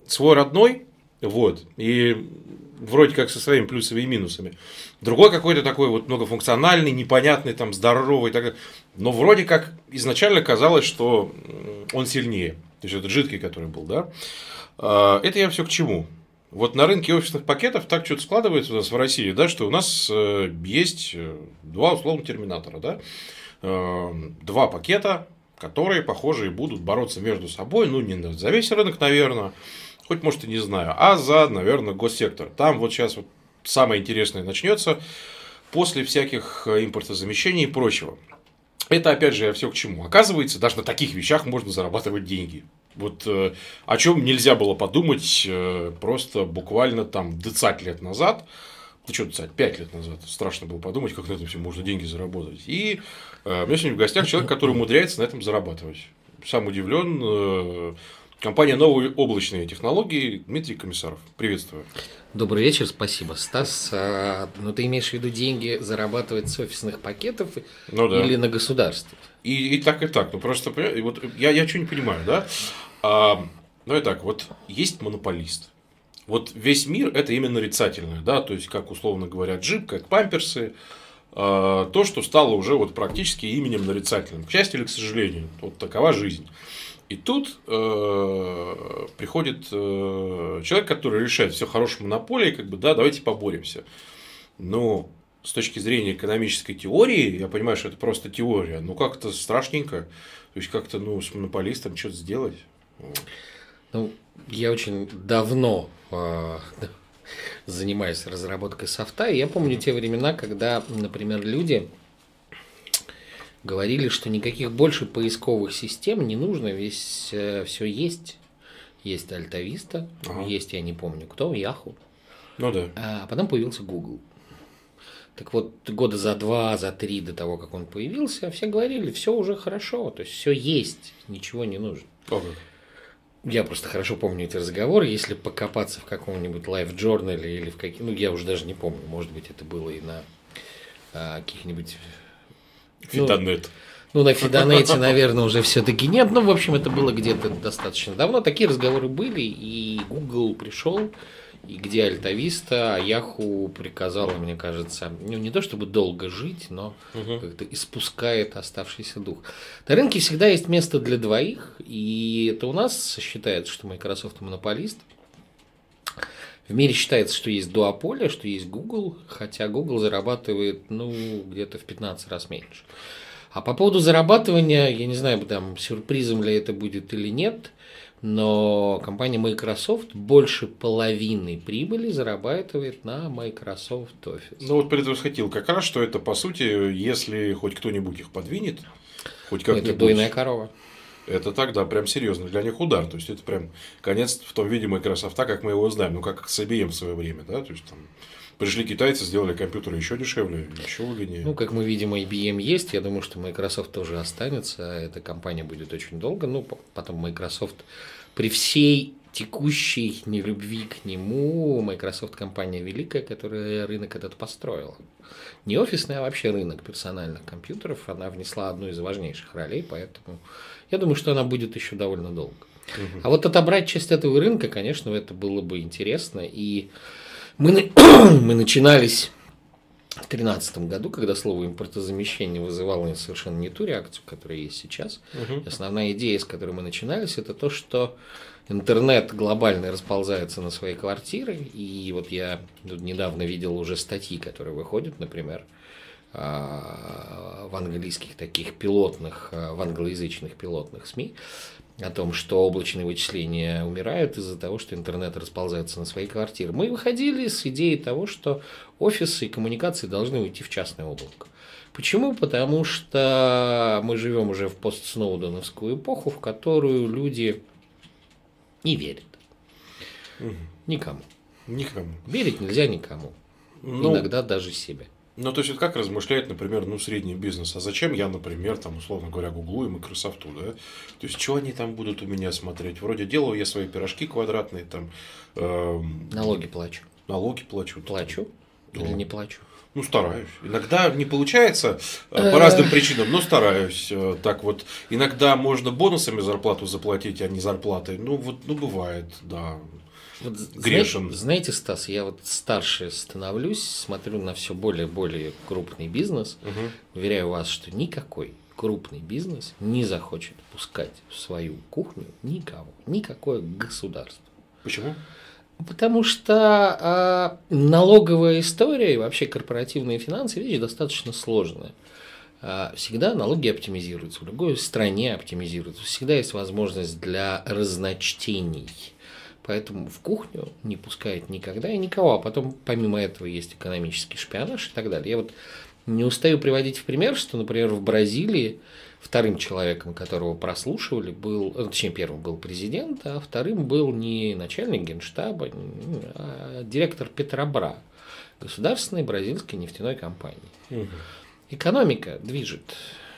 свой родной, вот, и вроде как со своими плюсами и минусами. Другой какой-то такой вот многофункциональный, непонятный, там, здоровый, так, но вроде как изначально казалось, что он сильнее. То есть, это жидкий, который был, да. Это я все к чему? Вот на рынке офисных пакетов так что-то складывается у нас в России, да, что у нас есть два условных терминатора, да, два пакета, которые, похоже, будут бороться между собой, ну, не за весь рынок, наверное, хоть, может, и не знаю, а за, наверное, госсектор. Там вот сейчас вот самое интересное начнется после всяких импортозамещений и прочего. Это, опять же, я все к чему. Оказывается, даже на таких вещах можно зарабатывать деньги. Вот о чем нельзя было подумать просто буквально там 20 лет назад. Ну, что 20, 5 лет назад. Страшно было подумать, как на этом все можно деньги заработать. И у меня сегодня в гостях человек, который умудряется на этом зарабатывать. Сам удивлен. Компания «Новые облачные технологии», Дмитрий Комиссаров. Приветствую. Добрый вечер, спасибо, Стас. Ну, ты имеешь в виду деньги зарабатывать с офисных пакетов или на государстве? И так, и так. Ну, просто, вот, я что не понимаю, да? Ну, и так, вот есть монополист. Вот весь мир это именно нарицательное, да, то есть, как условно говоря, джип, как памперсы, то, что стало уже вот практически именем нарицательным. К счастью или к сожалению, вот такова жизнь. И тут приходит человек, который решает, все хорошая монополия, как бы, да, давайте поборемся. Но с точки зрения экономической теории, я понимаю, что это просто теория, но как-то страшненько, то есть как-то, ну, с монополистом что-то сделать. Ну, я очень давно занимаюсь разработкой софта, и я помню те времена, когда, например, люди говорили, что никаких больше поисковых систем не нужно, все есть. Есть Альтависта, есть, я не помню кто, Yahoo. Ну да. А потом появился Google. Так вот, года за 2, за 3 до того, как он появился, все говорили, все уже хорошо, то есть все есть, ничего не нужно. Я просто хорошо помню эти разговоры, если покопаться в каком-нибудь LiveJournal или в каких, ну я уже даже не помню, может быть это было и на каких-нибудь Фидонет. Ну, на Фидонете, наверное, уже все-таки нет. Ну, в общем, это было где-то достаточно давно. Такие разговоры были, и Google пришел, и где Альтависта, а Yahoo приказала, мне кажется, ну, не то чтобы долго жить, но как-то испускает оставшийся дух. На рынке всегда есть место для двоих, и это у нас считается, что Microsoft монополист. В мире считается, что есть дуополия, что есть Google, хотя Google зарабатывает, ну, где-то в 15 раз меньше. А по поводу зарабатывания, я не знаю, там, сюрпризом ли это будет или нет, но компания Microsoft больше половины прибыли зарабатывает на Microsoft Office. Ну, вот предвосхотел как раз, что это, по сути, если хоть кто-нибудь их подвинет, хоть как-нибудь... Это дойная корова. Это тогда прям серьезно для них удар. То есть, это прям конец в том виде Microsoft, как мы его знаем. Ну, как с IBM в свое время, да, то есть, там... Пришли китайцы, сделали компьютеры еще дешевле, еще выгоднее. Ну, как мы видим, IBM есть. Я думаю, что Microsoft тоже останется. Эта компания будет очень долго. Ну, потом Microsoft при всей текущей нелюбви к нему, Microsoft компания великая, которая рынок этот построила. Не офисный, а вообще рынок персональных компьютеров. Она внесла одну из важнейших ролей, поэтому я думаю, что она будет еще довольно долго. А вот отобрать часть этого рынка, конечно, это было бы интересно. И мы начинались в 2013 году, когда слово импортозамещение вызывало совершенно не ту реакцию, которая есть сейчас. Основная идея, с которой мы начинались, это то, что интернет глобально расползается на свои квартиры. И вот я тут недавно видел уже статьи, которые выходят, например, в английских таких пилотных, в англоязычных пилотных СМИ, о том, что облачные вычисления умирают из-за того, что интернет расползается на свои квартиры. Мы выходили с идеей того, что офисы и коммуникации должны уйти в частное облако. Почему? Потому что мы живем уже в постсноуденовскую эпоху, в которую люди не верят. Никому. Верить нельзя никому. Иногда даже себе. Ну, то есть, вот как размышляет, например, средний бизнес? А зачем я, например, там, условно говоря, Гуглу и Microsoft, да? То есть, что они там будут у меня смотреть? Вроде делаю я свои пирожки квадратные, там... Налоги плачу. Налоги плачу. Плачу или не плачу? Ну, стараюсь. Иногда не получается по разным причинам, но стараюсь. Так вот, иногда можно бонусами зарплату заплатить, а не зарплатой. Ну, вот, ну, бывает, да. Вот, Грешен. знаете, Стас, я вот старше становлюсь, смотрю на все более крупный бизнес. Уверяю вас, что никакой крупный бизнес не захочет пускать в свою кухню никого, никакое государство. Почему? Потому что налоговая история и вообще корпоративные финансы вещь достаточно сложная. Всегда налоги оптимизируются, в другой стране оптимизируются, всегда есть возможность для разночтений. Поэтому в кухню не пускают никогда и никого. А потом, помимо этого, есть экономический шпионаж и так далее. Я вот не устаю приводить в пример, что, например, в Бразилии вторым человеком, которого прослушивали, был, точнее, первым был президент, а вторым был не начальник генштаба, а директор Петробра, государственной бразильской нефтяной компании. Экономика движет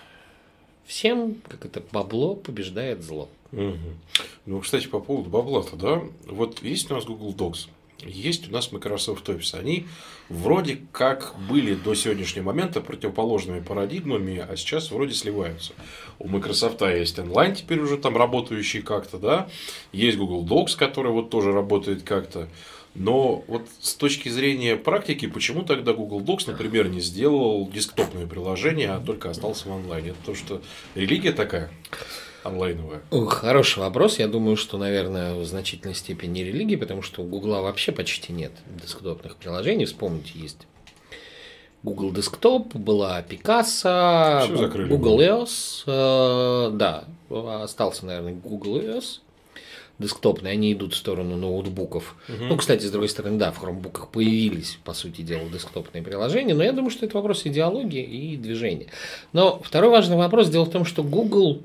всем, как это, бабло побеждает зло. Ну, кстати, по поводу бабла-то, да, вот есть у нас Google Docs, есть у нас Microsoft Office. Они вроде как были до сегодняшнего момента противоположными парадигмами, а сейчас вроде сливаются. У Microsoft есть онлайн теперь уже там работающий как-то, да, есть Google Docs, который вот тоже работает как-то. Но вот с точки зрения практики, почему тогда Google Docs, например, не сделал десктопное приложение, а только остался в онлайне? Это потому что религия такая онлайновая? Хороший вопрос. Я думаю, что, наверное, в значительной степени религия, потому что у Гугла вообще почти нет десктопных приложений. Вспомните, есть Google Desktop, была Picasa, Google EOS, да, остался, наверное, Google EOS. Десктопные, они идут в сторону ноутбуков. Ну, кстати, с другой стороны, да, в хромбуках появились, по сути дела, десктопные приложения, но я думаю, что это вопрос идеологии и движения. Но второй важный вопрос, дело в том, что Google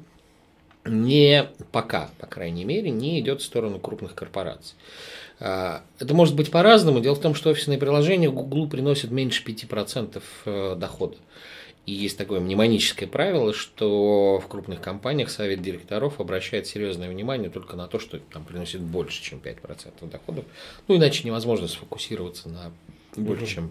не пока, по крайней мере, не идет в сторону крупных корпораций. Это может быть по-разному. Дело в том, что офисные приложения Google приносят меньше 5% дохода. И есть такое мнемоническое правило, что в крупных компаниях совет директоров обращает серьезное внимание только на то, что там приносит больше, чем 5% доходов. Ну, иначе невозможно сфокусироваться на больше, чем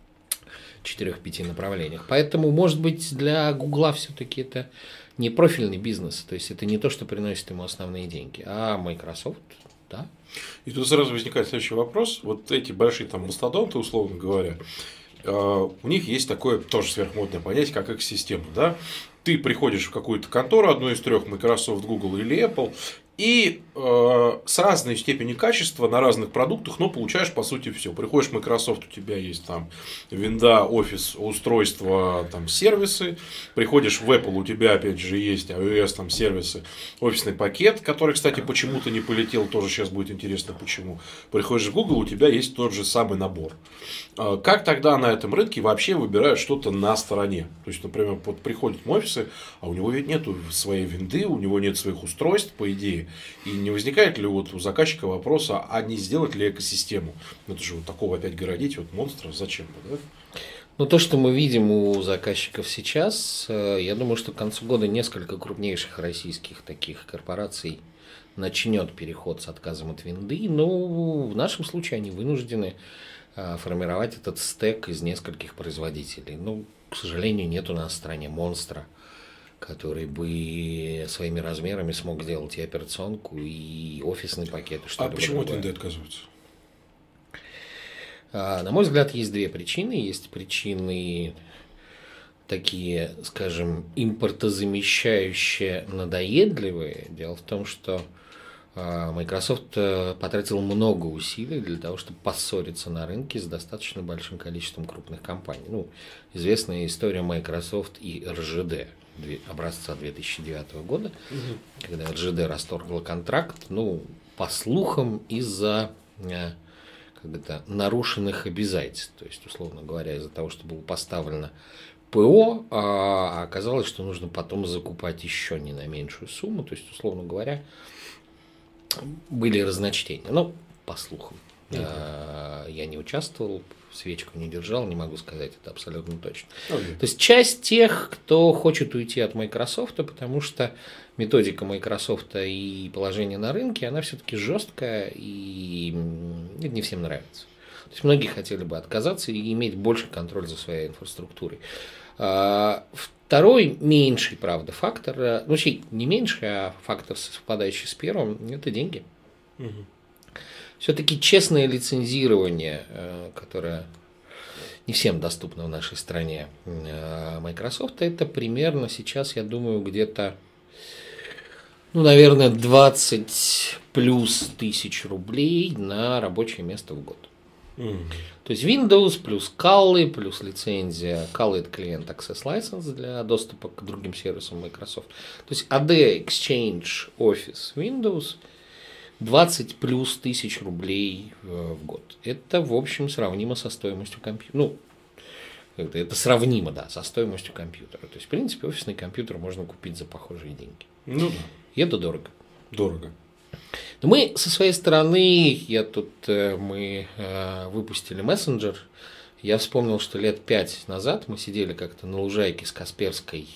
4-5 направлениях. Поэтому, может быть, для Гугла все-таки это не профильный бизнес, то есть это не то, что приносит ему основные деньги, а Microsoft, да. И тут сразу возникает следующий вопрос. Вот эти большие там мастодонты, условно говоря, у них есть такое тоже сверхмодное понятие, как экосистема. Да? Ты приходишь в какую-то контору, одну из трех, Microsoft, Google или Apple, и с разной степенью качества на разных продуктах, но получаешь по сути все. Приходишь в Microsoft, у тебя есть там винда, офис, устройства, там сервисы. Приходишь в Apple, у тебя опять же есть iOS, там сервисы, офисный пакет, который, кстати, почему-то не полетел, тоже сейчас будет интересно почему. Приходишь в Google, у тебя есть тот же самый набор. Как тогда на этом рынке вообще выбирают что-то на стороне? То есть, например, вот приходят в офисы, а у него ведь нет своей винды, у него нет своих устройств, по идее. И не возникает ли вот у заказчика вопроса, а не сделать ли экосистему? Ну, это же вот такого опять городить, вот монстра, зачем бы, да? Ну, то, что мы видим у заказчиков сейчас, я думаю, что к концу года несколько крупнейших российских таких корпораций начнет переход с отказом от винды, но в нашем случае они вынуждены формировать этот стек из нескольких производителей. Ну, к сожалению, нет у нас в стране монстра, который бы своими размерами смог сделать и операционку, и офисный пакет. И что-то почему от винды отказываются? На мой взгляд, есть две причины. Есть причины такие, скажем, импортозамещающие, надоедливые. Дело в том, что Microsoft потратил много усилий для того, чтобы поссориться на рынке с достаточно большим количеством крупных компаний. Ну, известная история Microsoft и РЖД образца 2009 года, когда РЖД расторгла контракт, ну, по слухам, из-за нарушенных обязательств. То есть, условно говоря, из-за того, что было поставлено ПО, а оказалось, что нужно потом закупать еще не на меньшую сумму. То есть, условно говоря, были разночтения. Ну, по слухам. Я не участвовал, свечку не держал, не могу сказать это абсолютно точно. То есть часть тех, кто хочет уйти от Microsoft, потому что методика Microsoft и положение на рынке, она все-таки жесткая и не всем нравится. То есть многие хотели бы отказаться и иметь больше контроль за своей инфраструктурой. Второй меньший, правда, фактор, не меньший, а фактор, совпадающий с первым, это деньги. Все-таки честное лицензирование, которое не всем доступно в нашей стране, Microsoft, это примерно сейчас, я думаю, где-то, наверное, 20 плюс тысяч рублей на рабочее место в год. То есть Windows плюс Kali плюс лицензия. Kali – это клиент Access License для доступа к другим сервисам Microsoft. То есть AD, Exchange, Office, Windows 20 плюс тысяч рублей в год. Это, в общем, сравнимо со стоимостью компьютера. Это сравнимо, да, со стоимостью компьютера. То есть, в принципе, офисный компьютер можно купить за похожие деньги. Да. И это дорого. Дорого. Но мы со своей стороны, мы выпустили мессенджер. Я вспомнил, что лет 5 назад мы сидели как-то на лужайке с Касперской,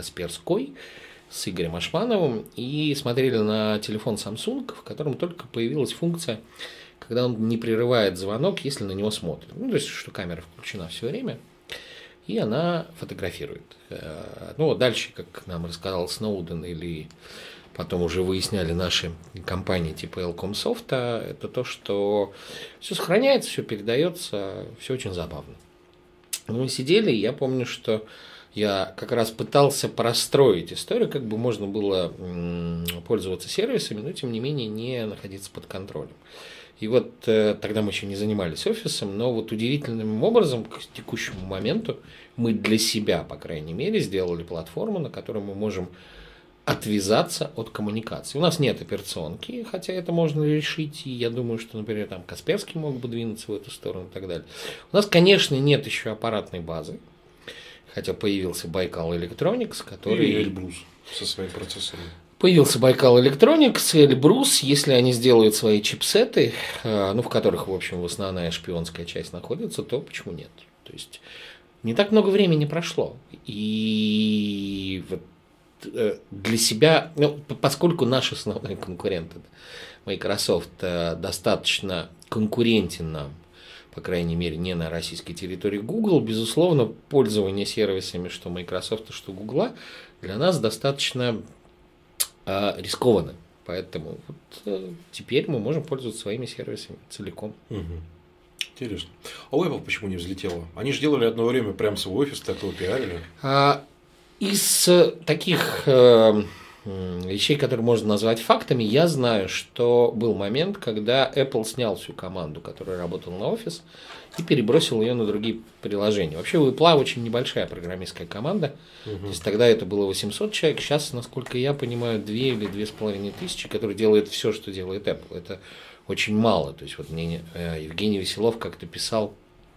с Игорем Ашмановым и смотрели на телефон Samsung, в котором только появилась функция, когда он не прерывает звонок, если на него смотрят. То есть, что камера включена все время, и она фотографирует. Дальше, как нам рассказал Сноуден или потом уже выясняли наши компании типа Elcomsoft, это то, что все сохраняется, все передается, все очень забавно. Мы сидели, и я помню, что я как раз пытался простроить историю, как бы можно было пользоваться сервисами, но тем не менее не находиться под контролем. И тогда мы еще не занимались офисом, но удивительным образом к текущему моменту мы для себя, по крайней мере, сделали платформу, на которой мы можем отвязаться от коммуникации. У нас нет операционки, хотя это можно решить, и я думаю, что, например, там Касперский мог бы двинуться в эту сторону и так далее. У нас, конечно, нет еще аппаратной базы, хотя появился Baikal Electronics, который... И Эльбрус со своим процессором. Появился Baikal Electronics, Эльбрус, если они сделают свои чипсеты, в которых, в общем, основная шпионская часть находится, то почему нет? То есть не так много времени прошло, и для себя, поскольку наши основные конкуренты, Microsoft, достаточно конкурентен нам, по крайней мере, не на российской территории Google, безусловно, пользование сервисами, что Microsoft, что Google, для нас достаточно рискованно. Поэтому теперь мы можем пользоваться своими сервисами целиком. Интересно. А у Apple почему не взлетело? Они же делали одно время прям свой офис, такого пиарили. Из таких вещей, которые можно назвать фактами, я знаю, что был момент, когда Apple снял всю команду, которая работала на офис, и перебросил ее на другие приложения. Вообще у Apple очень небольшая программистская команда. То есть тогда это было 800 человек, сейчас, насколько я понимаю, 2 или 2500, которые делают все, что делает Apple. Это очень мало. То есть мне Евгений Веселов как-то писал,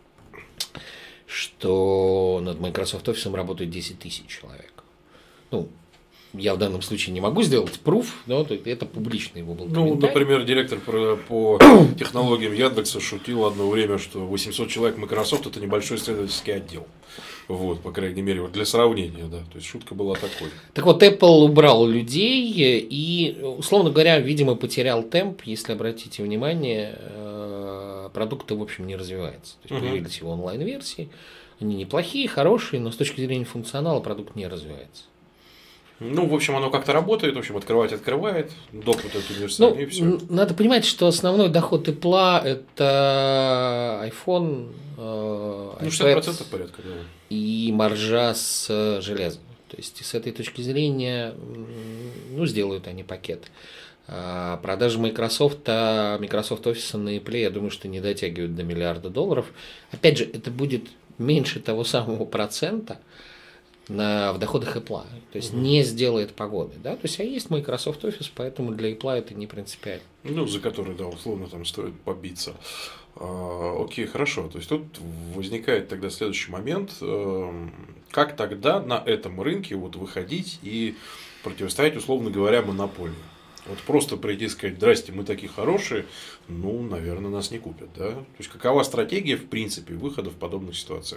что над Microsoft Office работает 10 тысяч человек. Я в данном случае не могу сделать пруф, но это публично его был комментарий. Например, директор по технологиям Яндекса шутил одно время, что 800 человек Microsoft – это небольшой исследовательский отдел. По крайней мере, для сравнения, да. То есть шутка была такой. Так Apple убрал людей и, условно говоря, видимо, потерял темп. Если обратите внимание, продукт, в общем, не развивается. То есть появились его онлайн-версии, они неплохие, хорошие, но с точки зрения функционала продукт не развивается. В общем, оно как-то работает, в общем, открывает, доп. Вот эту универсальную, и все. Надо понимать, что основной доход Apple – это iPhone, iPad 60% порядка, да. И маржа с железом. То есть, с этой точки зрения, сделают они пакет. Продажи Microsoft Office на Apple, я думаю, что не дотягивают до $1 миллиарда. Опять же, это будет меньше того самого процента в доходах Apple. То есть не сделает погоды. Да? То есть есть Microsoft Office, поэтому для Apple это не принципиально. За который, да, условно там стоит побиться. Окей, хорошо. То есть тут возникает тогда следующий момент. Как тогда на этом рынке выходить и противостоять, условно говоря, монополии? Просто прийти и сказать: здрасте, мы такие хорошие, наверное, нас не купят, да? То есть какова стратегия, в принципе, выхода в подобных ситуациях?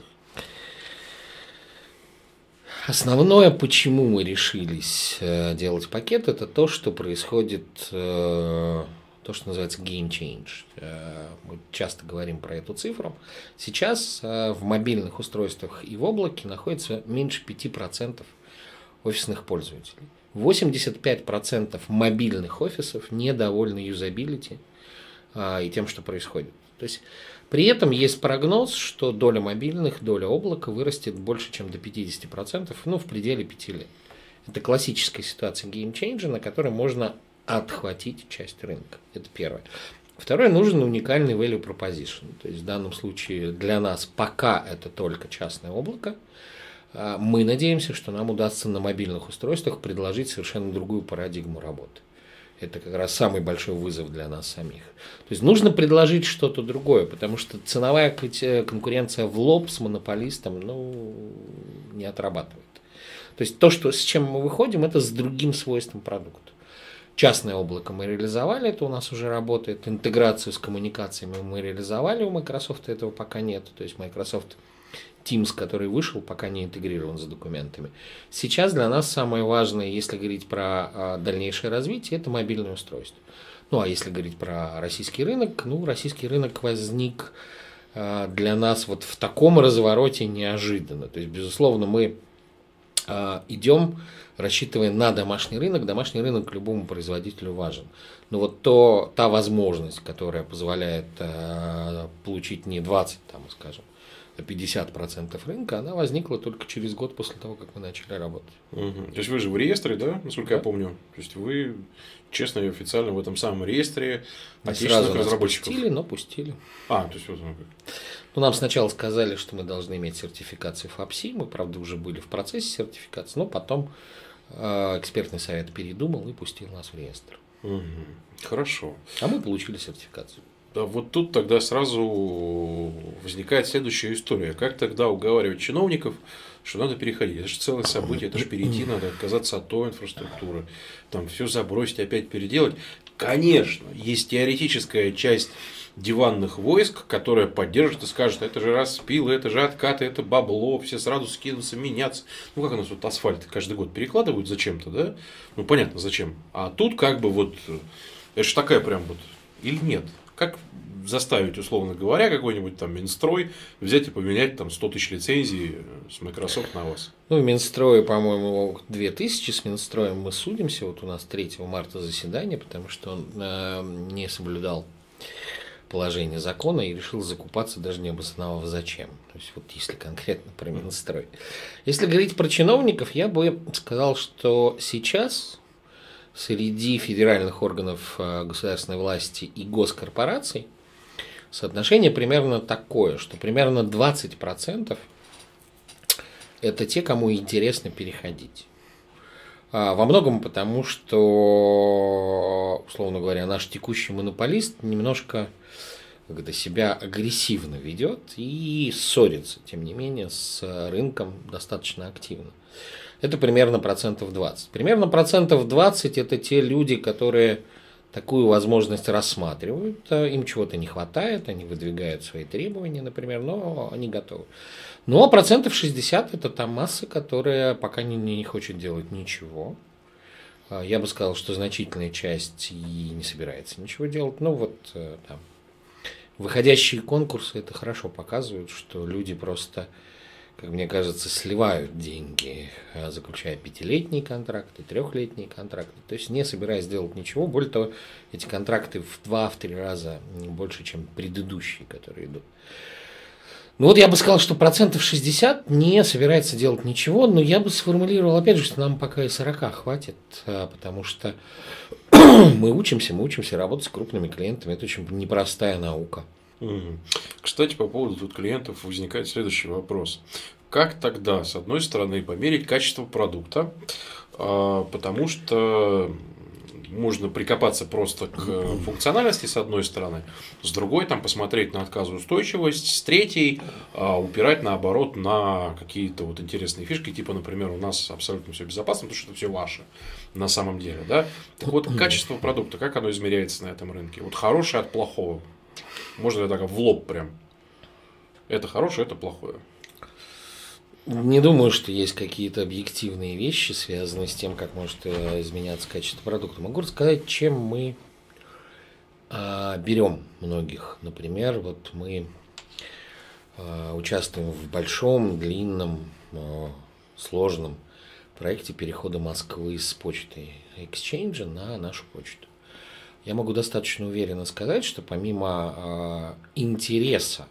Основное, почему мы решились делать пакет, это то, что происходит то, что называется game change. Мы часто говорим про эту цифру. Сейчас в мобильных устройствах и в облаке находится меньше 5% офисных пользователей. 85% мобильных офисов недовольны юзабилити и тем, что происходит. То есть при этом есть прогноз, что доля мобильных, доля облака вырастет больше, чем до 50%, в пределе 5 лет. Это классическая ситуация геймчейнджа, на которой можно отхватить часть рынка. Это первое. Второе, нужен уникальный value proposition. То есть в данном случае для нас пока это только частное облако. Мы надеемся, что нам удастся на мобильных устройствах предложить совершенно другую парадигму работы. Это как раз самый большой вызов для нас самих. То есть нужно предложить что-то другое, потому что ценовая конкуренция в лоб с монополистом не отрабатывает. То есть то, с чем мы выходим, это с другим свойством продукта. Частное облако мы реализовали, это у нас уже работает. Интеграцию с коммуникациями мы реализовали, у Microsoft этого пока нет. То есть Microsoft Teams, который вышел, пока не интегрирован с документами. Сейчас для нас самое важное, если говорить про дальнейшее развитие, это мобильное устройство. А если говорить про российский рынок, российский рынок возник для нас вот в таком развороте неожиданно. То есть, безусловно, мы идем, рассчитывая на домашний рынок. Домашний рынок любому производителю важен. Но вот та возможность, которая позволяет получить не 20, скажем, 50% рынка, она возникла только через год после того, как мы начали работать. То есть вы же в реестре, да, насколько я помню? То есть вы честно и официально в этом самом реестре отечественных разработчиков? Пустили. То есть вот оно как. Нам сначала сказали, что мы должны иметь сертификацию FAPSI. Мы, правда, уже были в процессе сертификации, но потом экспертный совет передумал и пустил нас в реестр. Хорошо. А мы получили сертификацию. Да, вот тут тогда сразу возникает следующая история. Как тогда уговаривать чиновников, что надо переходить? Это же целое событие, это же перейти надо, отказаться от той инфраструктуры, там все забросить, опять переделать. Конечно, есть теоретическая часть диванных войск, которая поддержит и скажет, это же распилы, это же откаты, это бабло, все сразу скинутся, меняться. Как у нас вот асфальт каждый год перекладывают зачем-то, да? Понятно зачем. А тут это же такая прям или нет? Как заставить, условно говоря, какой-нибудь там Минстрой взять и поменять 100 тысяч лицензий с Microsoft на вас? В Минстрое, по-моему, 2000 с Минстроем мы судимся. Вот у нас 3 марта заседание, потому что он не соблюдал положение закона и решил закупаться, даже не обосновав зачем. То есть, если конкретно про Минстрой. Если говорить про чиновников, я бы сказал, что сейчас среди федеральных органов государственной власти и госкорпораций соотношение примерно такое, что примерно 20% это те, кому интересно переходить. Во многом потому, что, условно говоря, наш текущий монополист немножко себя агрессивно ведет и ссорится, тем не менее, с рынком достаточно активно. Это примерно 20%. Примерно 20% это те люди, которые такую возможность рассматривают, им чего-то не хватает, они выдвигают свои требования, например, но они готовы. 60% это та масса, которая пока не хочет делать ничего. Я бы сказал, что значительная часть и не собирается ничего делать. Выходящие конкурсы это хорошо показывают, что люди просто, как мне кажется, сливают деньги, заключая 5-летние контракты, 3-летние контракты, то есть не собираясь делать ничего. Более того, эти контракты в 2-3 раза больше, чем предыдущие, которые идут. Я бы сказал, что 60% не собирается делать ничего, но я бы сформулировал, опять же, что нам пока и 40 хватит, потому что мы учимся работать с крупными клиентами, это очень непростая наука. Кстати, по поводу тут клиентов возникает следующий вопрос. Как тогда, с одной стороны, померить качество продукта, потому что можно прикопаться просто к функциональности с одной стороны, с другой посмотреть на отказоустойчивость, с третьей упирать наоборот на какие-то интересные фишки, типа, например, у нас абсолютно все безопасно, потому что это все ваше на самом деле, да? Так вот, качество продукта, как оно измеряется на этом рынке? Хорошее от плохого. Можно ли так в лоб прям? Это хорошее, это плохое. Не думаю, что есть какие-то объективные вещи, связанные с тем, как может изменяться качество продукта. Могу рассказать, чем мы берем многих. Например, вот мы участвуем в большом, длинном, сложном проекте перехода Москвы с почты Exchange на нашу почту. Я могу достаточно уверенно сказать, что помимо интереса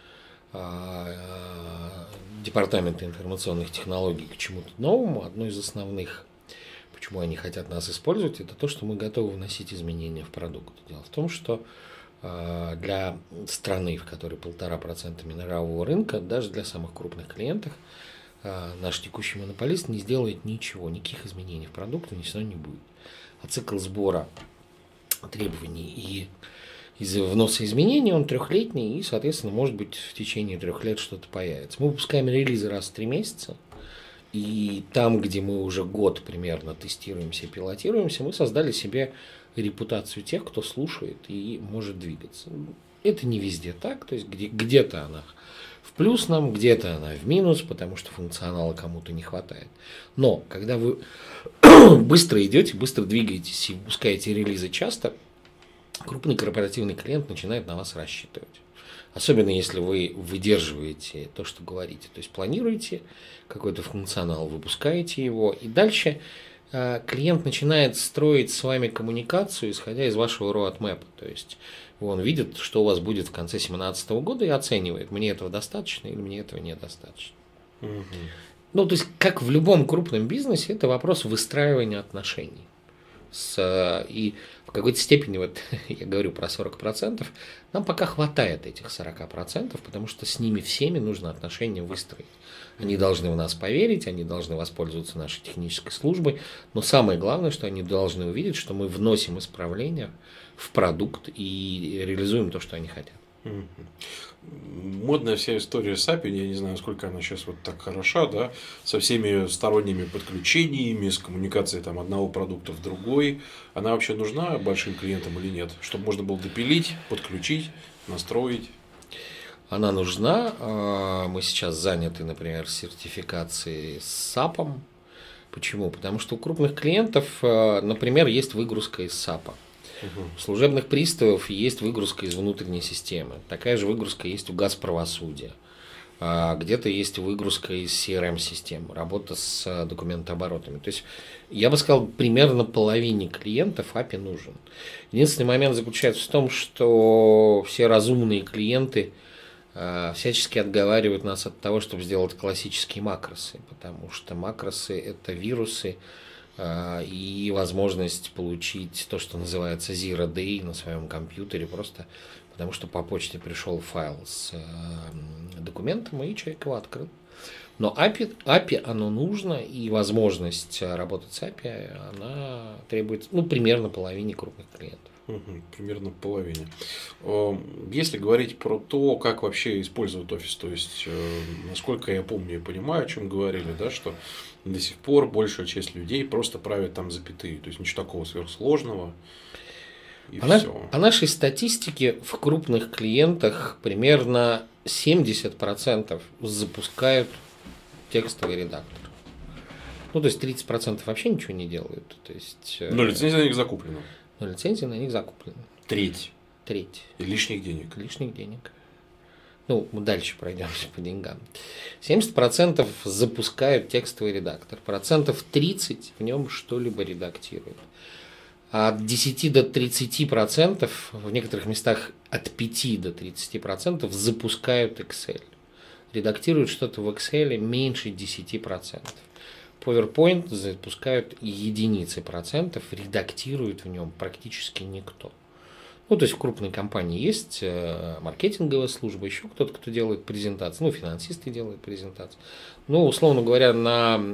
Департамента информационных технологий к чему-то новому, одно из основных, почему они хотят нас использовать, это то, что мы готовы вносить изменения в продукт. Дело в том, что для страны, в которой 1,5% мирового рынка, даже для самых крупных клиентов, наш текущий монополист не сделает ничего, никаких изменений в продукт внесено не будет. А цикл сбора требований и из вноса изменений он трехлетний, и, соответственно, может быть, в течение 3 лет что-то появится. Мы выпускаем релизы раз в 3 месяца, и там, где мы уже год примерно тестируемся и пилотируемся, мы создали себе репутацию тех, кто слушает и может двигаться. Это не везде так, то есть где-то она в плюс нам, где-то она в минус, потому что функционала кому-то не хватает. Но когда вы быстро идете, быстро двигаетесь и выпускаете релизы часто, крупный корпоративный клиент начинает на вас рассчитывать. Особенно если вы выдерживаете то, что говорите. То есть планируете какой-то функционал, выпускаете его, и дальше клиент начинает строить с вами коммуникацию, исходя из вашего roadmap. То есть он видит, что у вас будет в конце 2017 года и оценивает, мне этого достаточно или мне этого недостаточно. Угу. Ну, то есть, как в любом крупном бизнесе, это вопрос выстраивания отношений. И в какой-то степени, вот я говорю про 40%, нам пока хватает этих 40%, потому что с ними всеми нужно отношения выстроить. Они должны в нас поверить, они должны воспользоваться нашей технической службой, но самое главное, что они должны увидеть, что мы вносим исправления в продукт и реализуем то, что они хотят. Модная вся история с API, я не знаю, сколько она сейчас вот так хороша, да, со всеми сторонними подключениями, с коммуникацией там одного продукта в другой, она вообще нужна большим клиентам или нет, чтобы можно было допилить, подключить, настроить? Она нужна. Мы сейчас заняты, например, сертификацией с SAP. Почему? Потому что у крупных клиентов, например, есть выгрузка из SAP. У служебных приставов есть выгрузка из внутренней системы. Такая же выгрузка есть у Газправосудия. Где-то есть выгрузка из CRM-системы, работа с документооборотами. То есть, я бы сказал, примерно половине клиентов API нужен. Единственный момент заключается в том, что все разумные клиенты всячески отговаривают нас от того, чтобы сделать классические макросы, потому что макросы – это вирусы, и возможность получить то, что называется Zero Day на своем компьютере, просто потому что по почте пришел файл с документом, и человек его открыл. Но API оно нужно, и возможность работать с API, она требует примерно половине крупных клиентов. Примерно половине. Если говорить про то, как вообще использовать офис, то есть, насколько я помню и понимаю, о чем говорили, да, что до сих пор большая часть людей просто правят там запятые, то есть ничего такого сверхсложного. По нашей статистике в крупных клиентах примерно 70% запускают текстовый редактор. Ну, то есть 30% вообще ничего не делают. То есть, но лицензия на них закуплена. Но лицензия на них закуплена. Треть. И лишних денег. Ну, мы дальше пройдемся по деньгам. 70% запускают текстовый редактор, 30% в нем что-либо редактируют. А от 10 до 30%, в некоторых местах от 5 до 30% запускают Excel. Редактируют что-то в Excel меньше 10%. PowerPoint запускают единицы процентов, редактируют в нем практически никто. Ну, то есть в крупной компании есть маркетинговая служба, еще кто-то, кто делает презентации, финансисты делают презентации. Условно говоря, у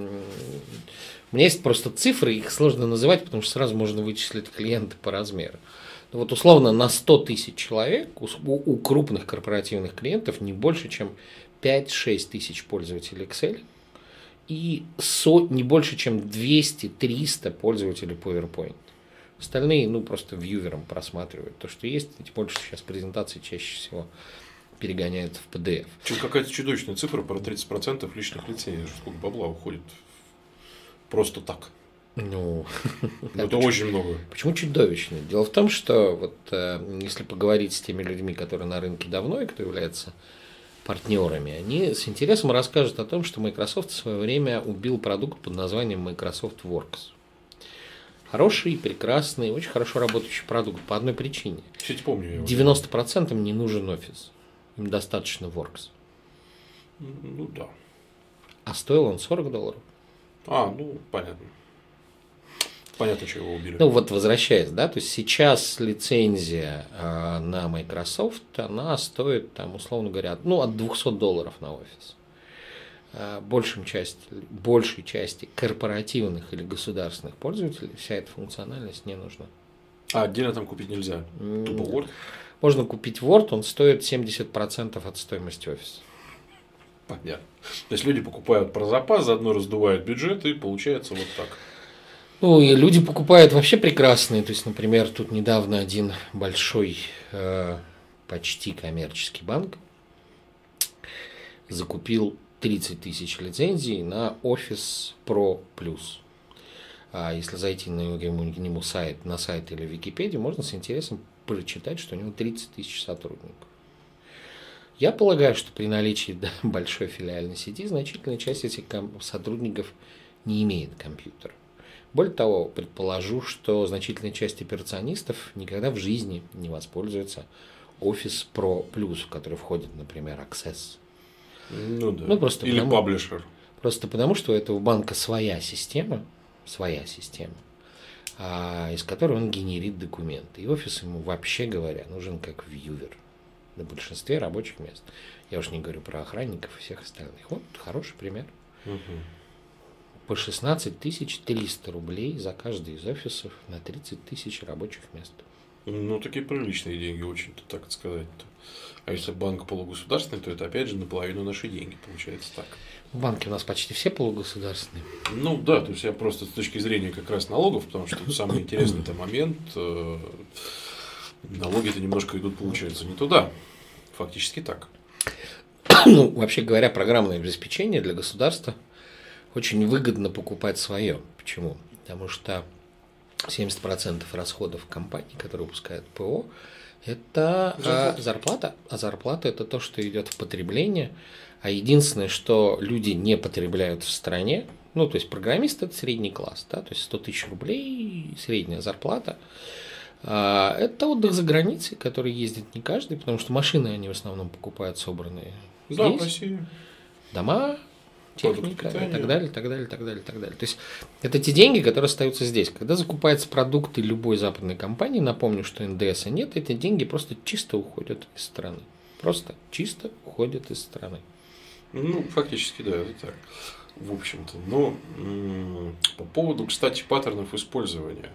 меня есть просто цифры, их сложно называть, потому что сразу можно вычислить клиента по размеру. Условно на 100 тысяч человек у крупных корпоративных клиентов не больше, чем 5-6 тысяч пользователей Excel и не больше, чем 200-300 пользователей PowerPoint. Остальные, просто вьювером просматривают то, что есть, и тем более, что сейчас презентации чаще всего перегоняют в PDF. Какая-то чудовищная цифра про 30% лишних лицензий. Сколько бабла уходит просто так? Ну, Это очень много. почему чудовищно? Дело в том, что вот если поговорить с теми людьми, которые на рынке давно и кто является партнерами, они с интересом расскажут о том, что Microsoft в свое время убил продукт под названием Microsoft Works. Хороший, прекрасный, очень хорошо работающий продукт по одной причине. Кстати, помню его. 90% не нужен офис. Им достаточно Works. Ну да. А стоил он $40. Ну, понятно. Понятно, что его убили. Ну вот возвращаясь, да, то есть сейчас лицензия на Microsoft, она стоит, там, условно говоря, от $200 на офис. Большей части корпоративных или государственных пользователей вся эта функциональность не нужна. А отдельно там купить нельзя? Тупо Word? Можно купить Word, он стоит 70% от стоимости офиса. Понятно. То есть люди покупают про запас, заодно раздувают бюджет, и получается вот так. Ну, и люди покупают вообще прекрасные. То есть, например, тут недавно один большой, почти коммерческий банк закупил 30 тысяч лицензий на Office Pro Plus. А если зайти на его сайт, на сайт или в Википедию, можно с интересом прочитать, что у него 30 тысяч сотрудников. Я полагаю, что при наличии большой филиальной сети значительная часть этих сотрудников не имеет компьютера. Более того, предположу, что значительная часть операционистов никогда в жизни не воспользуется Office Pro Plus, в который входит, например, Access. Ну да. Просто или паблишер. Просто потому, что у этого банка своя система, из которой он генерит документы. И офис ему, вообще говоря, нужен как вьювер на большинстве рабочих мест. Я уж не говорю про охранников и всех остальных. Вот хороший пример. Угу. По 16 300 рублей за каждый из офисов на 30 тысяч рабочих мест. Ну, такие приличные деньги, очень-то, так сказать-то. А если банк полугосударственный, то это опять же наполовину наши деньги, получается так. Банки у нас почти все полугосударственные. Ну да, то есть я просто с точки зрения как раз налогов, потому что тут самый интересный момент, налоги-то немножко идут, получается, не туда. Фактически так. Ну, вообще говоря, программное обеспечение для государства очень выгодно покупать свое. Почему? Потому что 70% расходов компании, которые выпускают ПО, это зарплата. А зарплата – это то, что идет в потребление. А единственное, что люди не потребляют в стране, ну, то есть программист – это средний класс, да, то есть 100 тысяч рублей средняя зарплата. Это отдых за границей, который ездит не каждый, потому что машины они в основном покупают собранные здесь. Да, в России. Дома, техника и так далее, так далее, так далее, так далее. То есть это те деньги, которые остаются здесь. Когда закупаются продукты любой западной компании, напомню, что НДСа нет, эти деньги просто чисто уходят из страны. Просто чисто уходят из страны. Ну, фактически, да, это так. В общем-то. Но по поводу, кстати, паттернов использования.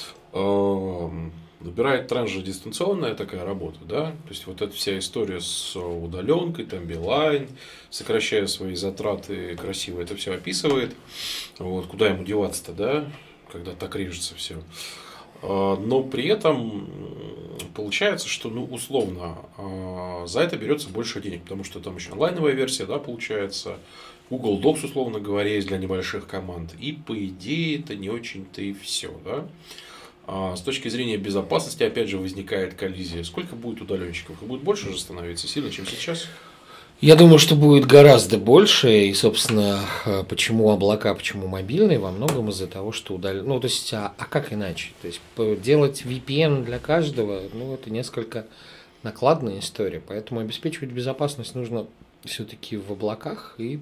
Набирает тренд же дистанционная такая работа, да, то есть вот эта вся история с удаленкой, там Билайн, сокращая свои затраты, красиво это все описывает, вот, куда ему деваться-то, да, когда так режется все. Но при этом получается, что, ну, условно, за это берется больше денег, потому что там еще онлайновая версия, да, получается, Google Docs, условно говоря, есть для небольших команд, и по идее это не очень-то и все, да. С точки зрения безопасности, опять же, возникает коллизия. Сколько будет удаленщиков? И будет больше же становиться сильно, чем сейчас? Я думаю, что будет гораздо больше. И, собственно, почему облака, почему мобильные, во многом из-за того, что ну, то есть, а как иначе? То есть, делать VPN для каждого, ну, это несколько накладная история. Поэтому обеспечивать безопасность нужно все-таки в облаках и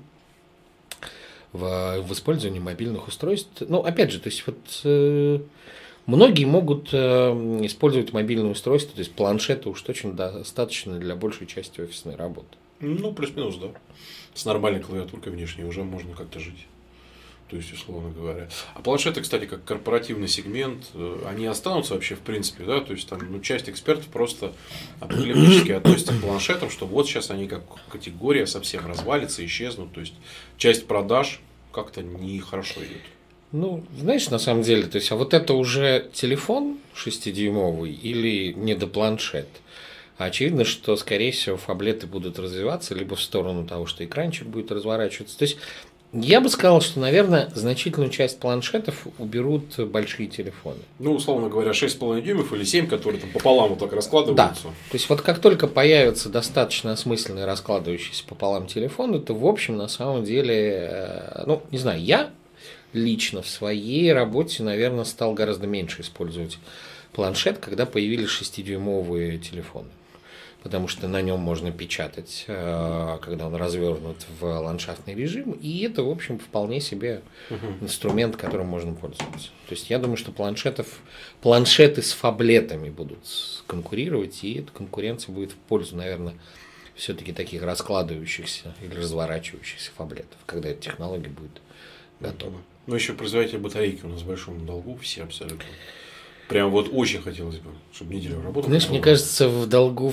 в использовании мобильных устройств. Ну, опять же, то есть, вот... Многие могут использовать мобильное устройство, то есть планшеты уж точно достаточно для большей части офисной работы. Ну, плюс-минус, да. С нормальной клавиатуркой внешней уже можно как-то жить. То есть, условно говоря. А планшеты, кстати, как корпоративный сегмент, они останутся вообще в принципе, да? То есть, там, ну, часть экспертов просто апокалиптически относятся к планшетам, что вот сейчас они как категория совсем развалится, исчезнут. То есть, часть продаж как-то нехорошо идет. Ну, знаешь, на самом деле, то есть, а вот это уже телефон 6-дюймовый или недопланшет? Очевидно, что, скорее всего, фаблеты будут развиваться либо в сторону того, что экранчик будет разворачиваться. То есть, Я бы сказал, что, наверное, значительную часть планшетов уберут большие телефоны. Ну, условно говоря, 6,5 дюймов или 7, которые там пополам вот так раскладываются. Да. То есть, вот как только появится достаточно осмысленный раскладывающийся пополам телефон, то, в общем, на самом деле, ну, не знаю, я лично в своей работе, наверное, стал гораздо меньше использовать планшет, когда появились 6-дюймовые телефоны. Потому что на нем можно печатать, когда он развернут в ландшафтный режим, и это, в общем, вполне себе инструмент, которым можно пользоваться. То есть я думаю, что планшеты с фаблетами будут конкурировать, и эта конкуренция будет в пользу, наверное, все-таки таких раскладывающихся или разворачивающихся фаблетов, когда эта технология будет готова. Ну, еще производитель батарейки у нас в большом долгу, все абсолютно. Прям вот очень хотелось бы, чтобы неделю работал. Знаешь, мне кажется, в долгу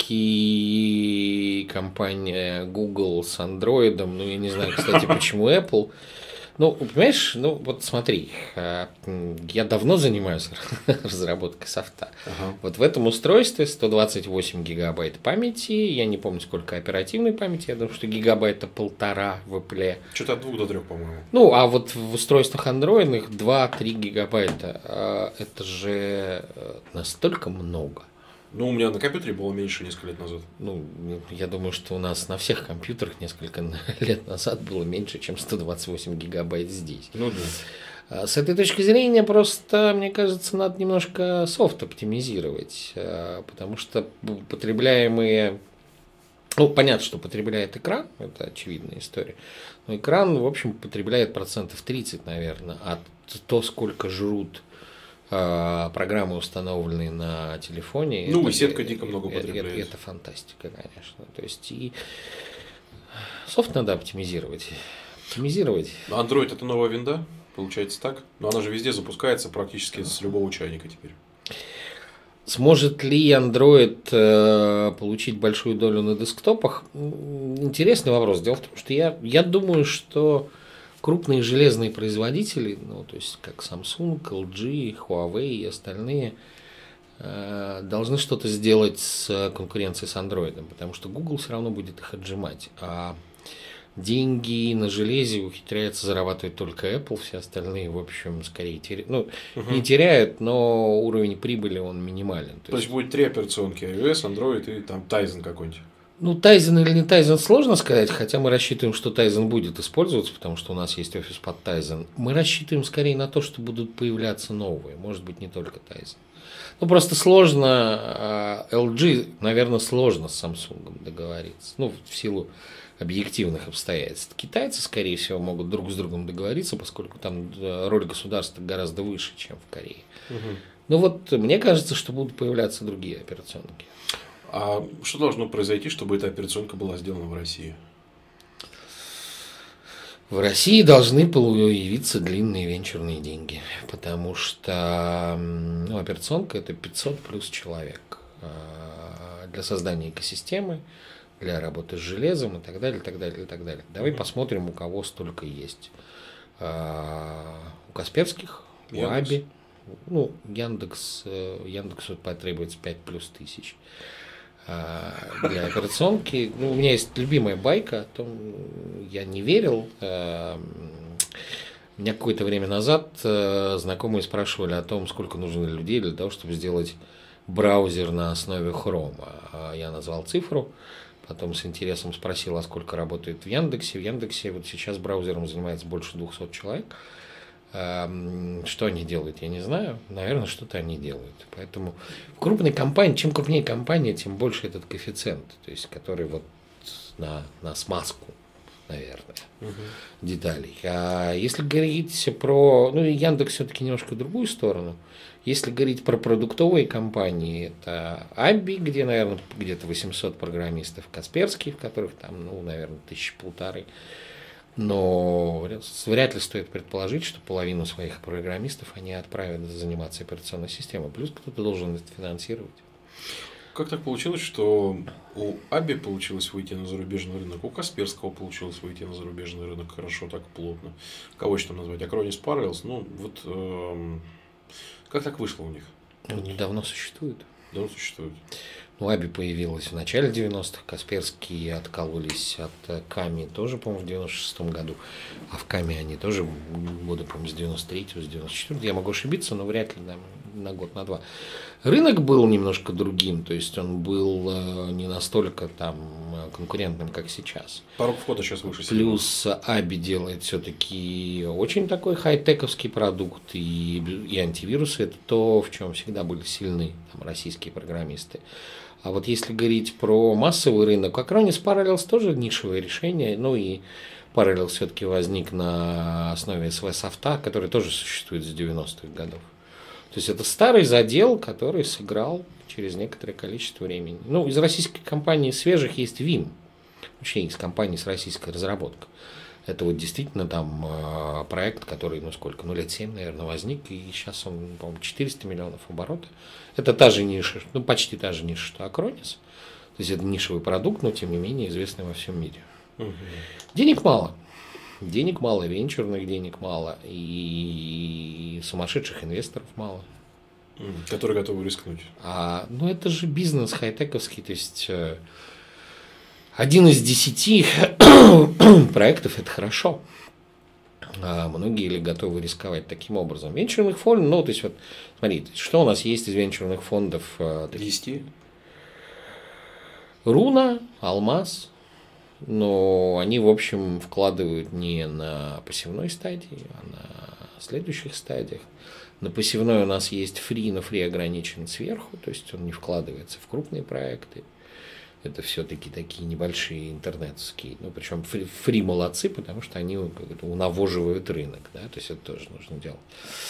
все-таки компания Google с Android. Ну, я не знаю, кстати, почему Apple. Ну, понимаешь, ну вот смотри, я давно занимаюсь разработкой софта. Ага. Вот в этом устройстве 128 гигабайт памяти, я не помню, сколько оперативной памяти, я думаю, что гигабайта 1,5 в Apple. Что-то от 2 до 3, по-моему. Ну, а вот в устройствах андроидных 2-3 гигабайта, это же настолько много. Ну, у меня на компьютере было меньше несколько лет назад. Ну, я думаю, что у нас на всех компьютерах несколько лет назад было меньше, чем 128 гигабайт здесь. Ну да. С этой точки зрения просто, мне кажется, надо немножко софт оптимизировать, потому что потребляемые... Ну, понятно, что потребляет экран, это очевидная история, но экран, в общем, потребляет 30%, наверное, а то, сколько жрут программы, установленные на телефоне. Ну, и сетка дико много потребляет. Это фантастика, конечно. То есть, и софт надо оптимизировать. Android это новая винда, получается так? Но она же везде запускается практически с любого чайника теперь. Сможет ли Android получить большую долю на десктопах? Интересный вопрос. Дело в том, что я думаю, что крупные железные производители, ну, то есть как Samsung, LG, Huawei и остальные, должны что-то сделать с конкуренцией с Android, потому что Google все равно будет их отжимать. А деньги на железе ухитряется зарабатывать только Apple, все остальные, в общем, скорее теряют. Ну, не теряют, но уровень прибыли он минимален. То есть будет 3 операционки: iOS, Android и там Tizen какой-нибудь. Ну, Tizen или не Tizen сложно сказать, хотя мы рассчитываем, что Tizen будет использоваться, потому что у нас есть офис под Tizen. Мы рассчитываем скорее на то, что будут появляться новые, может быть, не только Tizen. Ну, просто сложно, LG, наверное, сложно с Samsung договориться, ну, в силу объективных обстоятельств. Китайцы, скорее всего, могут друг с другом договориться, поскольку там роль государства гораздо выше, чем в Корее. Ну, вот мне кажется, что будут появляться другие операционки. А что должно произойти, чтобы эта операционка была сделана в России? В России должны появиться длинные венчурные деньги, потому что операционка – это 500 плюс человек для создания экосистемы, для работы с железом и так далее, и так далее, и так далее. Давай посмотрим, у кого столько есть. У Касперских, у Аби. Ну, Яндексу потребуется 5 плюс тысяч. Для операционки. Ну, у меня есть любимая байка о том, я не верил. Меня какое-то время назад знакомые спрашивали о том, сколько нужно людей для того, чтобы сделать браузер на основе Chrome. Я назвал цифру, потом с интересом спросил, а сколько работает в Яндексе. В Яндексе вот сейчас браузером занимается больше 200 человек. Что они делают, я не знаю. Наверное, что-то они делают. Поэтому в крупной компании, чем крупнее компания, тем больше этот коэффициент, то есть который вот на смазку, наверное, деталей. А если говорить про... Ну, Яндекс все-таки немножко в другую сторону. Если говорить про продуктовые компании, это Аби, где, наверное, где-то 800 программистов, Касперский, в которых там, ну, наверное, 1500. Но вряд ли стоит предположить, что половину своих программистов они отправят заниматься операционной системой. Плюс кто-то должен это финансировать. Как так получилось, что у Аби получилось выйти на зарубежный рынок, у Касперского получилось выйти на зарубежный рынок хорошо, так плотно? Кого еще там назвать? Acronis Parallels? Ну, вот как так вышло у них? Они давно существуют. Давно существуют. Ну, Аби появилась в начале 90-х, Касперские откололись от Ками тоже, по-моему, в 96-м году, а в Ками они тоже года, по-моему, с 93-го, с 94-го, я могу ошибиться, но вряд ли на год, на два. Рынок был немножко другим, то есть он был не настолько там конкурентным, как сейчас. Порог входа сейчас выше. Плюс Аби делает все-таки очень такой хай-тековский продукт, и антивирусы это то, в чем всегда были сильны там, российские программисты. А вот если говорить про массовый рынок, Acronis Parallels тоже нишевое решение, ну и Parallels все-таки возник на основе SV софта, который тоже существует с 90-х годов. То есть это старый задел, который сыграл через некоторое количество времени. Ну, из российской компании свежих есть Vim, вообще из компании с российской разработкой. Это вот действительно там проект, который, ну сколько, ну лет 7, наверное, возник, и сейчас он, по-моему, 400 миллионов оборота. Это та же ниша, ну почти та же ниша, что Acronis. То есть это нишевый продукт, но тем не менее известный во всем мире. Угу. Денег мало. Денег мало, венчурных денег мало, и сумасшедших инвесторов мало. Которые готовы рискнуть. Ну это же бизнес хай-тековский, то есть 1 из 10 проектов это хорошо. А многие ли готовы рисковать таким образом? Венчурных фондов, ну, то есть, вот, смотрите, что у нас есть из венчурных фондов? 10. Руна, Алмаз, но они, в общем, вкладывают не на посевной стадии, а на следующих стадиях. На посевной у нас есть фри, но фри ограничен сверху, то есть он не вкладывается в крупные проекты. Это все-таки такие небольшие интернетские. Ну, причем фри молодцы, потому что они унавоживают рынок. Да? То есть это тоже нужно делать.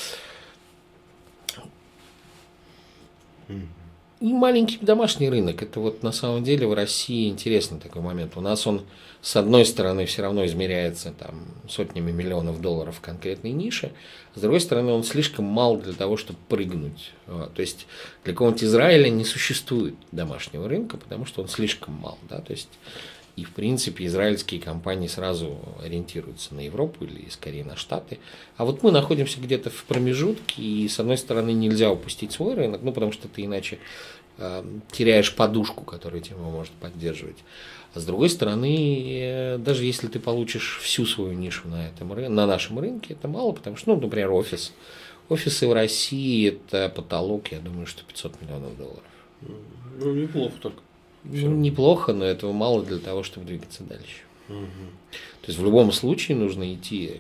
И маленький домашний рынок. Это вот на самом деле в России интересный такой момент. У нас он, с одной стороны, все равно измеряется там, сотнями миллионов долларов в конкретной нише. С другой стороны, он слишком мал для того, чтобы прыгнуть. То есть для какого-нибудь Израиля не существует домашнего рынка, потому что он слишком мал. Да? То есть, и в принципе израильские компании сразу ориентируются на Европу или скорее на Штаты. А вот мы находимся где-то в промежутке, и с одной стороны нельзя упустить свой рынок, ну потому что ты иначе теряешь подушку, которая тебя может поддерживать. А с другой стороны, даже если ты получишь всю свою нишу на нашем рынке, это мало, потому что, ну, например, офисы в России это потолок, я думаю, что 500 миллионов долларов. Ну, неплохо так. Неплохо, но этого мало для того, чтобы двигаться дальше. Угу. То есть в любом случае нужно идти.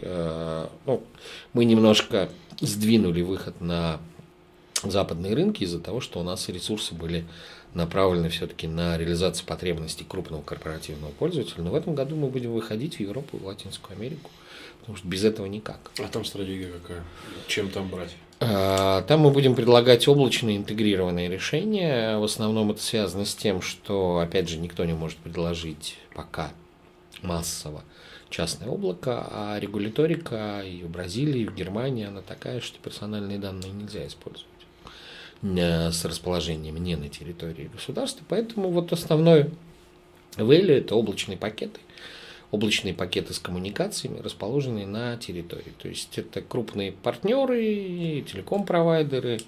Мы немножко сдвинули выход на западные рынки из-за того, что у нас ресурсы были направлены все-таки на реализацию потребностей крупного корпоративного пользователя. Но в этом году мы будем выходить в Европу и в Латинскую Америку, потому что без этого никак. А там стратегия какая? Чем там брать? Там мы будем предлагать облачные интегрированные решения. В основном это связано с тем, что, опять же, никто не может предложить пока массово частное облако, а регуляторика и в Бразилии, и в Германии она такая, что персональные данные нельзя использовать с расположением не на территории государства. Поэтому вот основной value – это облачные пакеты с коммуникациями, расположенные на территории. То есть это крупные партнеры, телеком-провайдеры.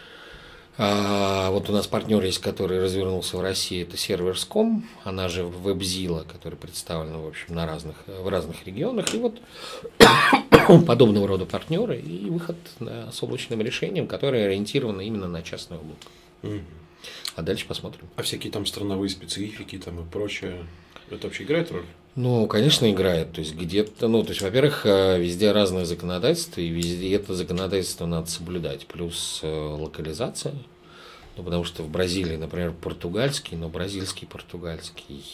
Вот у нас партнер есть, который развернулся в России, это Servers.com, она же WebZilla, которая представлена, в общем, в разных регионах. И вот подобного рода партнеры и выход с облачным решением, которое ориентировано именно на частное облако. А дальше посмотрим. А всякие там страновые специфики там и прочее, это вообще играет роль? Ну, конечно, играет. То есть где-то, во-первых, везде разное законодательство, и везде это законодательство надо соблюдать. Плюс локализация. Ну, потому что в Бразилии, например, португальский, но бразильский португальский,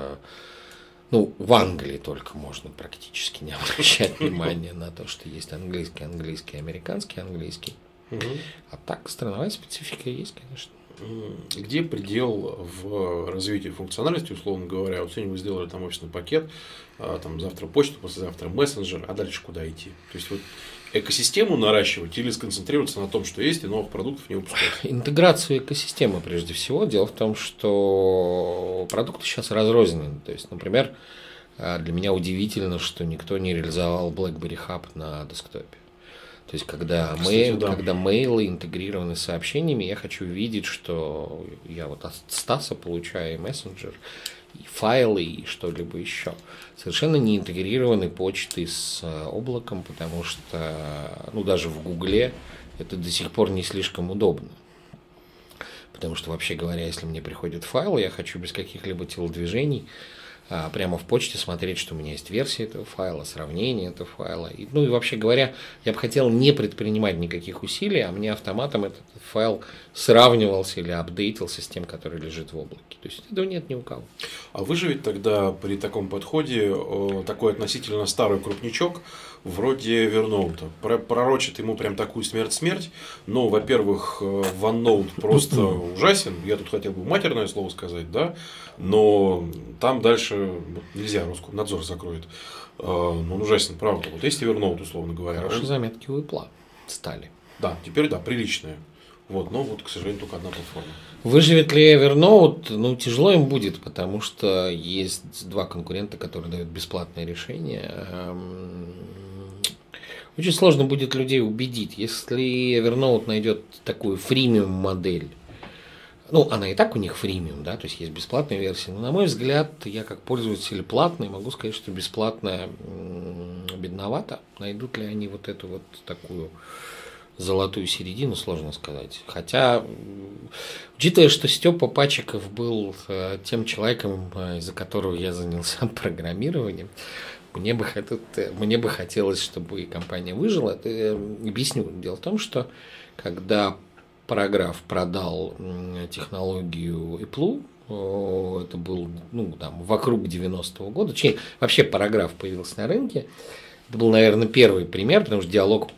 в Англии только можно практически не обращать внимания на то, что есть английский, американский, английский. А так страновая специфика есть, конечно. Где предел в развитии функциональности, условно говоря? Вот сегодня вы сделали там офисный пакет, там завтра почту, послезавтра мессенджер, а дальше куда идти? То есть вот экосистему наращивать или сконцентрироваться на том, что есть, и новых продуктов не выпускать? Интеграцию экосистемы прежде всего. Дело в том, что продукты сейчас разрознены. То есть, например, для меня удивительно, что никто не реализовал BlackBerry Hub на десктопе. То есть, когда, Кстати, да. когда мейлы интегрированы с сообщениями, я хочу видеть, что я вот от Стаса получаю и мессенджер, и файлы, и что-либо еще. Совершенно не интегрированы почты с облаком, потому что, ну, даже в Гугле это до сих пор не слишком удобно. Потому что, вообще говоря, если мне приходит файл, я хочу без каких-либо телодвижений прямо в почте смотреть, что у меня есть версия этого файла, сравнение этого файла. Ну и вообще говоря, я бы хотел не предпринимать никаких усилий, а мне автоматом этот файл сравнивался или апдейтился с тем, который лежит в облаке. То есть этого нет ни у кого. А выживет тогда при таком подходе такой относительно старый крупничок вроде Evernote? Пророчит ему прям такую смерть-смерть. Но, во-первых, OneNote просто ужасен. Я тут хотел бы матерное слово сказать, да? Но там дальше нельзя, Роскомнадзор закроет. Но он ужасен, правда. Вот есть Evernote, условно говоря. Хорошие заметки у Apple стали. Да, теперь да, приличные. Вот, но вот, к сожалению, только одна платформа. Выживет ли Evernote? Ну, тяжело им будет, потому что есть два конкурента, которые дают бесплатное решение. Очень сложно будет людей убедить. Если Evernote найдет такую фримиум модель, ну, она и так у них фримиум, да, то есть есть бесплатная версия, но, на мой взгляд, я как пользователь платный могу сказать, что бесплатная бедновато. Найдут ли они вот эту вот такую золотую середину, сложно сказать. Хотя, учитывая, что Степа Пачиков был тем человеком, из-за которого я занялся программированием, мне бы хотелось, чтобы компания выжила. Это объясню. Дело в том, что когда Параграф продал технологию Apple, это был вокруг 90-го года, точнее, вообще Параграф появился на рынке. Это был, наверное, первый пример, потому что диалог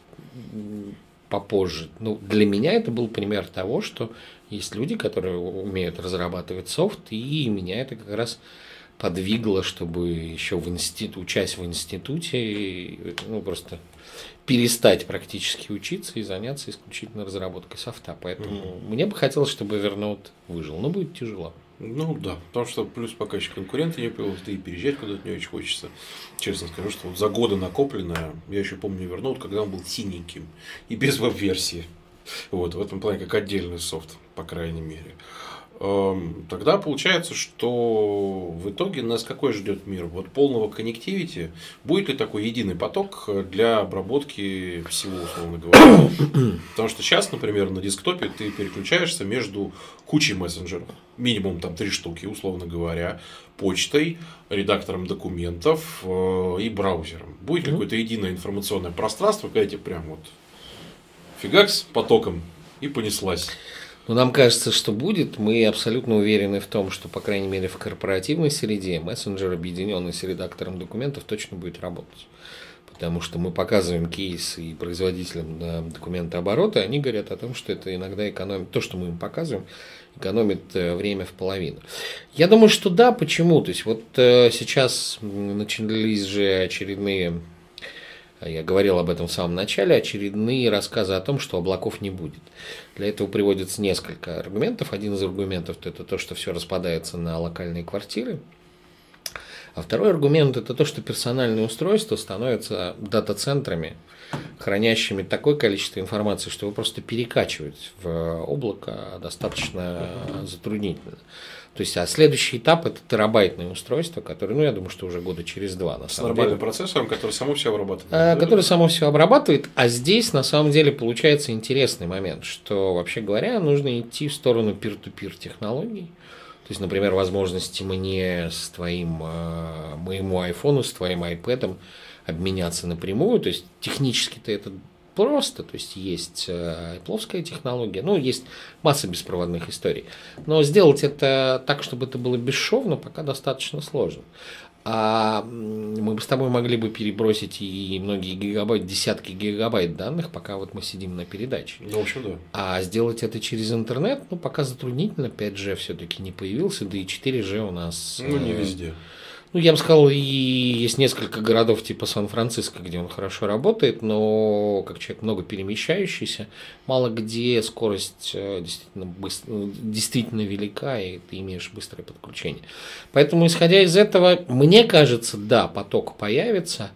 попозже. Ну, для меня это был пример того, что есть люди, которые умеют разрабатывать софт, и меня это как раз подвигло, чтобы еще учась в институте, просто перестать практически учиться и заняться исключительно разработкой софта. Поэтому мне бы хотелось, чтобы Evernote выжил, но будет тяжело. Ну да, потому что плюс пока еще конкуренты не появились, да и переезжать куда-то не очень хочется. Честно скажу, что вот за годы накопленное, я еще помню Evernote, когда он был синеньким и без веб-версии. Вот, в этом плане как отдельный софт, по крайней мере. Тогда получается, что в итоге нас какой ждет мир? Вот полного коннективити? Будет ли такой единый поток для обработки всего, условно говоря? Потому что сейчас, например, на десктопе ты переключаешься между кучей мессенджеров, минимум там 3 штуки, условно говоря, почтой, редактором документов и браузером. Будет какое-то единое информационное пространство, когда тебе прям вот фигакс потоком и понеслась. Ну, нам кажется, что будет. Мы абсолютно уверены в том, что, по крайней мере, в корпоративной среде мессенджер, объединенный с редактором документов, точно будет работать. Потому что мы показываем кейсы и производителям документооборота, и они говорят о том, что это иногда экономит, то, что мы им показываем, экономит время в половину. Я думаю, что да, почему? То есть, вот сейчас начались же очередные... Я говорил об этом в самом начале, очередные рассказы о том, что облаков не будет. Для этого приводится несколько аргументов. Один из аргументов – это то, что все распадается на локальные квартиры. А второй аргумент – это то, что персональные устройства становятся дата-центрами, хранящими такое количество информации, что его просто перекачивать в облако достаточно затруднительно. То есть, а следующий этап – это терабайтное устройство, которое, я думаю, что уже года через 2, на самом деле. С нормальным процессором, который само все обрабатывает. Который само все обрабатывает. А здесь, на самом деле, получается интересный момент, что, вообще говоря, нужно идти в сторону peer-to-peer технологий. То есть, например, возможности мне с моему айфону, с твоим iPad обменяться напрямую. То есть, технически-то это просто, то есть Apple-овская технология, есть масса беспроводных историй. Но сделать это так, чтобы это было бесшовно, пока достаточно сложно. А мы бы с тобой могли бы перебросить и многие десятки гигабайт данных, пока вот мы сидим на передаче. Ну, в общем, да. А сделать это через интернет, пока затруднительно, 5G все-таки не появился, да и 4G у нас... не везде. Я бы сказал, и есть несколько городов типа Сан-Франциско, где он хорошо работает, но как человек много перемещающийся, мало где скорость действительно велика, и ты имеешь быстрое подключение. Поэтому, исходя из этого, мне кажется, да, поток появится,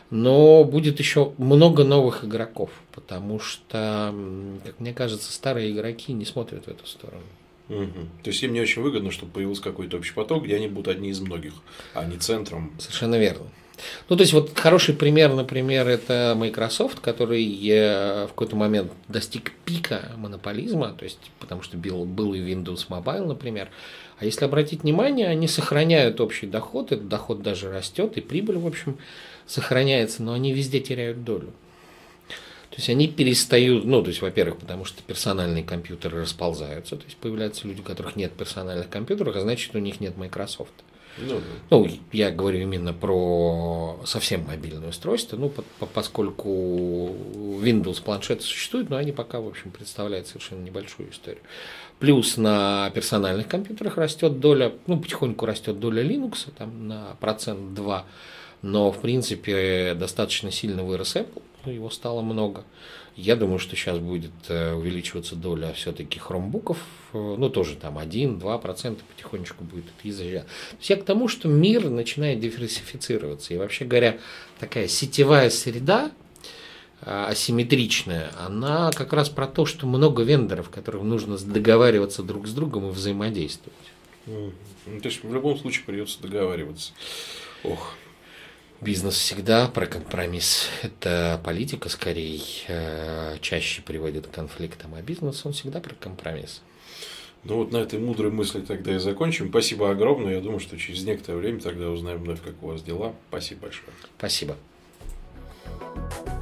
Но будет еще много новых игроков, потому что, как мне кажется, старые игроки не смотрят в эту сторону. Мгм. То есть им не очень выгодно, чтобы появился какой-то общий поток, где они будут одни из многих, а не центром. Совершенно верно. Ну, то есть, вот хороший пример, например, это Microsoft, который в какой-то момент достиг пика монополизма, то есть, потому что был и Windows Mobile, например. А если обратить внимание, они сохраняют общий доход, этот доход даже растет, и прибыль, в общем, сохраняется, но они везде теряют долю. То есть они перестают, ну, то есть, во-первых, потому что персональные компьютеры расползаются, то есть появляются люди, у которых нет персональных компьютеров, а значит, у них нет Microsoft. Ну, да. Ну, я говорю именно про совсем мобильное устройство, ну, поскольку Windows планшеты существуют, но они пока, в общем, представляют совершенно небольшую историю. Плюс на персональных компьютерах растет доля, ну, потихоньку растет доля Linux, там на 1-2%, но, в принципе, достаточно сильно вырос Apple, его стало много. Я думаю, что сейчас будет увеличиваться доля все-таки хромбуков, ну, тоже там 1-2% потихонечку будет изъезжать. То есть я к тому, что мир начинает диверсифицироваться. И вообще говоря, такая сетевая среда, асимметричная, она как раз про то, что много вендоров, которым нужно договариваться друг с другом и взаимодействовать. Ну, то есть в любом случае придется договариваться. Ох. Бизнес всегда про компромисс. Это политика скорее чаще приводит к конфликтам, а бизнес он всегда про компромисс. Ну вот на этой мудрой мысли тогда и закончим. Спасибо огромное. Я думаю, что через некоторое время тогда узнаем вновь, как у вас дела. Спасибо большое. Спасибо.